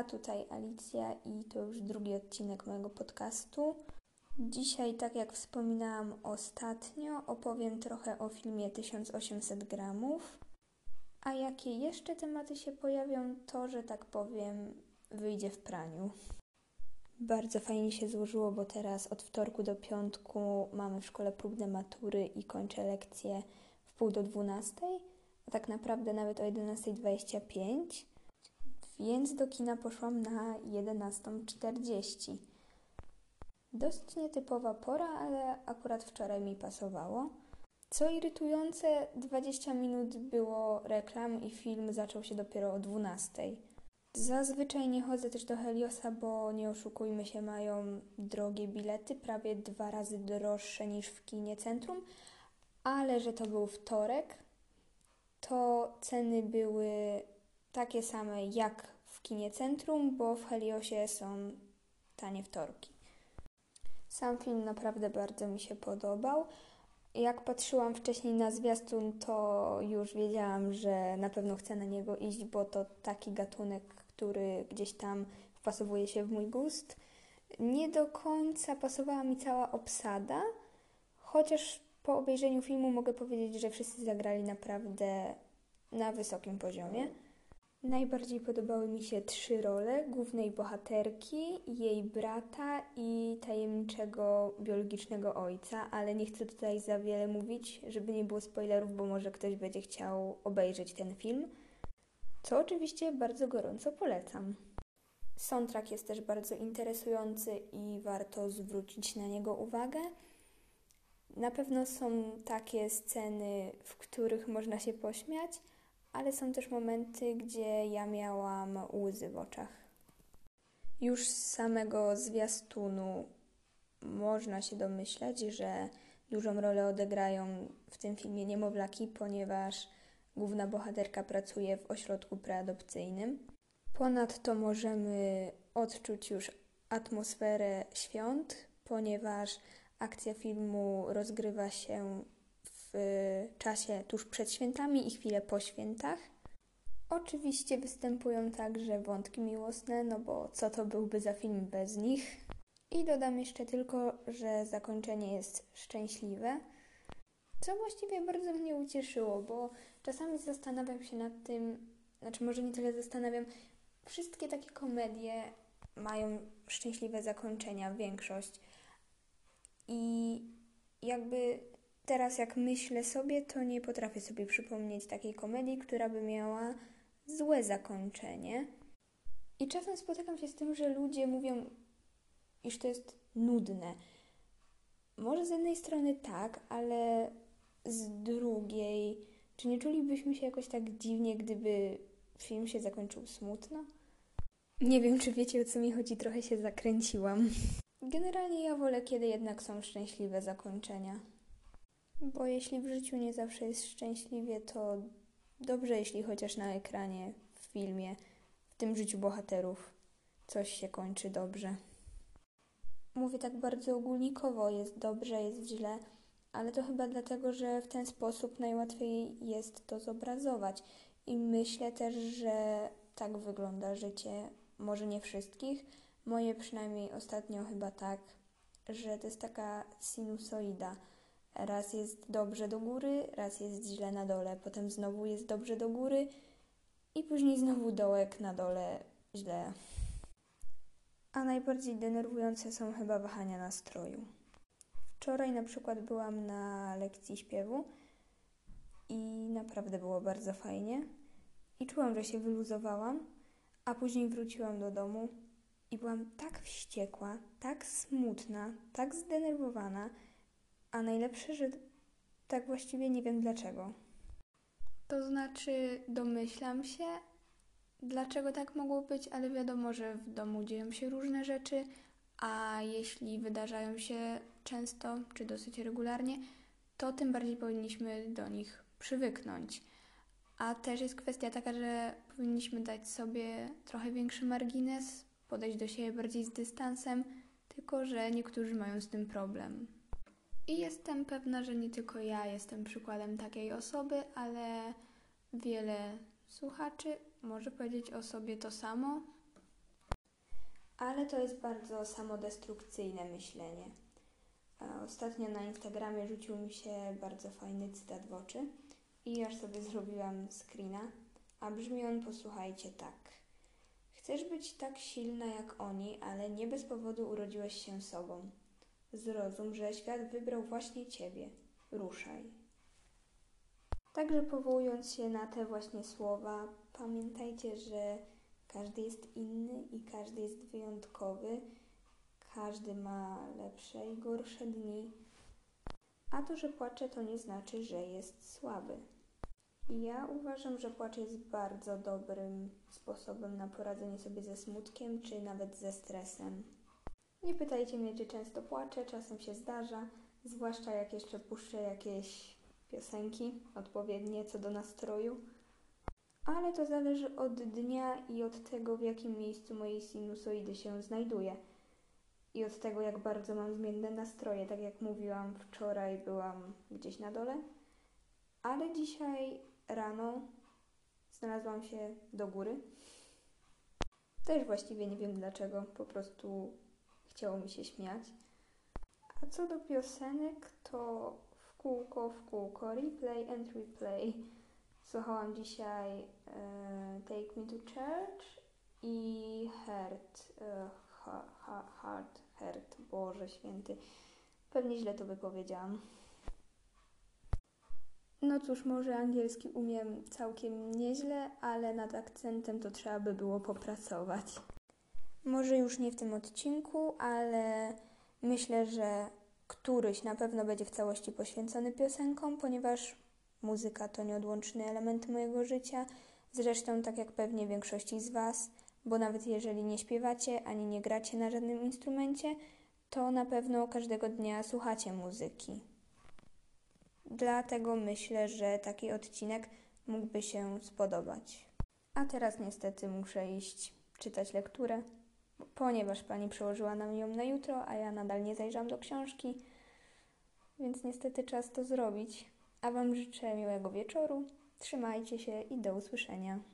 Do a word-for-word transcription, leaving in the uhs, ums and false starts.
Hejka, tutaj Alicja i to już drugi odcinek mojego podcastu. Dzisiaj, tak jak wspominałam ostatnio, opowiem trochę o filmie tysiąc osiemset gramów. A jakie jeszcze tematy się pojawią, to, że tak powiem, wyjdzie w praniu. Bardzo fajnie się złożyło, bo teraz od wtorku do piątku mamy w szkole próbne matury i kończę lekcje w pół do dwunastej, a tak naprawdę nawet o jedenasta dwadzieścia pięć, więc do kina poszłam na jedenasta czterdzieści. Dość nietypowa pora, ale akurat wczoraj mi pasowało. Co irytujące, dwadzieścia minut było reklam i film zaczął się dopiero o dwunastej. Zazwyczaj nie chodzę też do Heliosa, bo nie oszukujmy się, mają drogie bilety, prawie dwa razy droższe niż w kinie Centrum, ale że to był wtorek, to ceny były takie same jak w kinie Centrum, bo w Heliosie są tanie wtorki. Sam film naprawdę bardzo mi się podobał. Jak patrzyłam wcześniej na zwiastun, to już wiedziałam, że na pewno chcę na niego iść, bo to taki gatunek, który gdzieś tam wpasowuje się w mój gust. Nie do końca pasowała mi cała obsada, chociaż po obejrzeniu filmu mogę powiedzieć, że wszyscy zagrali naprawdę na wysokim poziomie. Najbardziej podobały mi się trzy role: głównej bohaterki, jej brata i tajemniczego biologicznego ojca, ale nie chcę tutaj za wiele mówić, żeby nie było spoilerów, bo może ktoś będzie chciał obejrzeć ten film, co oczywiście bardzo gorąco polecam. Soundtrack jest też bardzo interesujący i warto zwrócić na niego uwagę. Na pewno są takie sceny, w których można się pośmiać, ale są też momenty, gdzie ja miałam łzy w oczach. Już z samego zwiastunu można się domyślać, że dużą rolę odegrają w tym filmie niemowlaki, ponieważ główna bohaterka pracuje w ośrodku preadopcyjnym. Ponadto możemy odczuć już atmosferę świąt, ponieważ akcja filmu rozgrywa się w czasie tuż przed świętami i chwilę po świętach. Oczywiście występują także wątki miłosne, no bo co to byłby za film bez nich. I dodam jeszcze tylko, że zakończenie jest szczęśliwe, co właściwie bardzo mnie ucieszyło, bo czasami zastanawiam się nad tym, znaczy może nie tyle zastanawiam, wszystkie takie komedie mają szczęśliwe zakończenia, większość. I jakby teraz jak myślę sobie, to nie potrafię sobie przypomnieć takiej komedii, która by miała złe zakończenie. I czasem spotykam się z tym, że ludzie mówią, iż to jest nudne. Może z jednej strony tak, ale z drugiej, czy nie czulibyśmy się jakoś tak dziwnie, gdyby film się zakończył smutno? Nie wiem, czy wiecie, o co mi chodzi, trochę się zakręciłam. Generalnie ja wolę, kiedy jednak są szczęśliwe zakończenia. Bo jeśli w życiu nie zawsze jest szczęśliwie, to dobrze, jeśli chociaż na ekranie, w filmie, w tym życiu bohaterów coś się kończy dobrze. Mówię tak bardzo ogólnikowo, jest dobrze, jest źle, ale to chyba dlatego, że w ten sposób najłatwiej jest to zobrazować. I myślę też, że tak wygląda życie, może nie wszystkich, moje przynajmniej ostatnio chyba tak, że to jest taka sinusoida. Raz jest dobrze do góry, raz jest źle na dole, potem znowu jest dobrze do góry i później znowu dołek na dole źle. A najbardziej denerwujące są chyba wahania nastroju. Wczoraj na przykład byłam na lekcji śpiewu i naprawdę było bardzo fajnie i czułam, że się wyluzowałam, a później wróciłam do domu i byłam tak wściekła, tak smutna, tak zdenerwowana, a najlepsze, że tak właściwie nie wiem dlaczego. To znaczy domyślam się, dlaczego tak mogło być, ale wiadomo, że w domu dzieją się różne rzeczy, a jeśli wydarzają się często czy dosyć regularnie, to tym bardziej powinniśmy do nich przywyknąć. A też jest kwestia taka, że powinniśmy dać sobie trochę większy margines, podejść do siebie bardziej z dystansem, tylko że niektórzy mają z tym problem. I jestem pewna, że nie tylko ja jestem przykładem takiej osoby, ale wiele słuchaczy może powiedzieć o sobie to samo. ale to jest bardzo samodestrukcyjne myślenie. A ostatnio na Instagramie rzucił mi się bardzo fajny cytat w oczy i aż sobie zrobiłam screena, a brzmi on, posłuchajcie, tak. Chcesz być tak silna jak oni, ale nie bez powodu urodziłeś się sobą. Zrozum, że świat wybrał właśnie ciebie. Ruszaj. Także powołując się na te właśnie słowa, pamiętajcie, że każdy jest inny i każdy jest wyjątkowy. Każdy ma lepsze i gorsze dni. A to, że płacze, to nie znaczy, że jest słaby. I ja uważam, że płacz jest bardzo dobrym sposobem na poradzenie sobie ze smutkiem, czy nawet ze stresem. Nie pytajcie mnie, czy często płaczę, czasem się zdarza, zwłaszcza jak jeszcze puszczę jakieś piosenki odpowiednie co do nastroju. Ale to zależy od dnia i od tego, w jakim miejscu mojej sinusoidy się znajduje. I od tego, jak bardzo mam zmienne nastroje. Tak jak mówiłam, wczoraj byłam gdzieś na dole, ale dzisiaj rano znalazłam się do góry. Też właściwie nie wiem dlaczego, po prostu chciało mi się śmiać. A co do piosenek, to w kółko, w kółko, replay and replay. Słuchałam dzisiaj e, Take Me to Church i Heart, e, ha, ha, Heart, Heart, Boże Święty. Pewnie źle to wypowiedziałam. No cóż, może angielski umiem całkiem nieźle, ale nad akcentem to trzeba by było popracować. Może już nie w tym odcinku, ale myślę, że któryś na pewno będzie w całości poświęcony piosenkom, ponieważ muzyka to nieodłączny element mojego życia. Zresztą tak jak pewnie większości z Was, bo nawet jeżeli nie śpiewacie ani nie gracie na żadnym instrumencie, to na pewno każdego dnia słuchacie muzyki. Dlatego myślę, że taki odcinek mógłby się spodobać. A teraz niestety muszę iść czytać lekturę, ponieważ pani przełożyła nam ją na jutro, a ja nadal nie zajrzałam do książki, więc niestety czas to zrobić. A Wam życzę miłego wieczoru, trzymajcie się i do usłyszenia.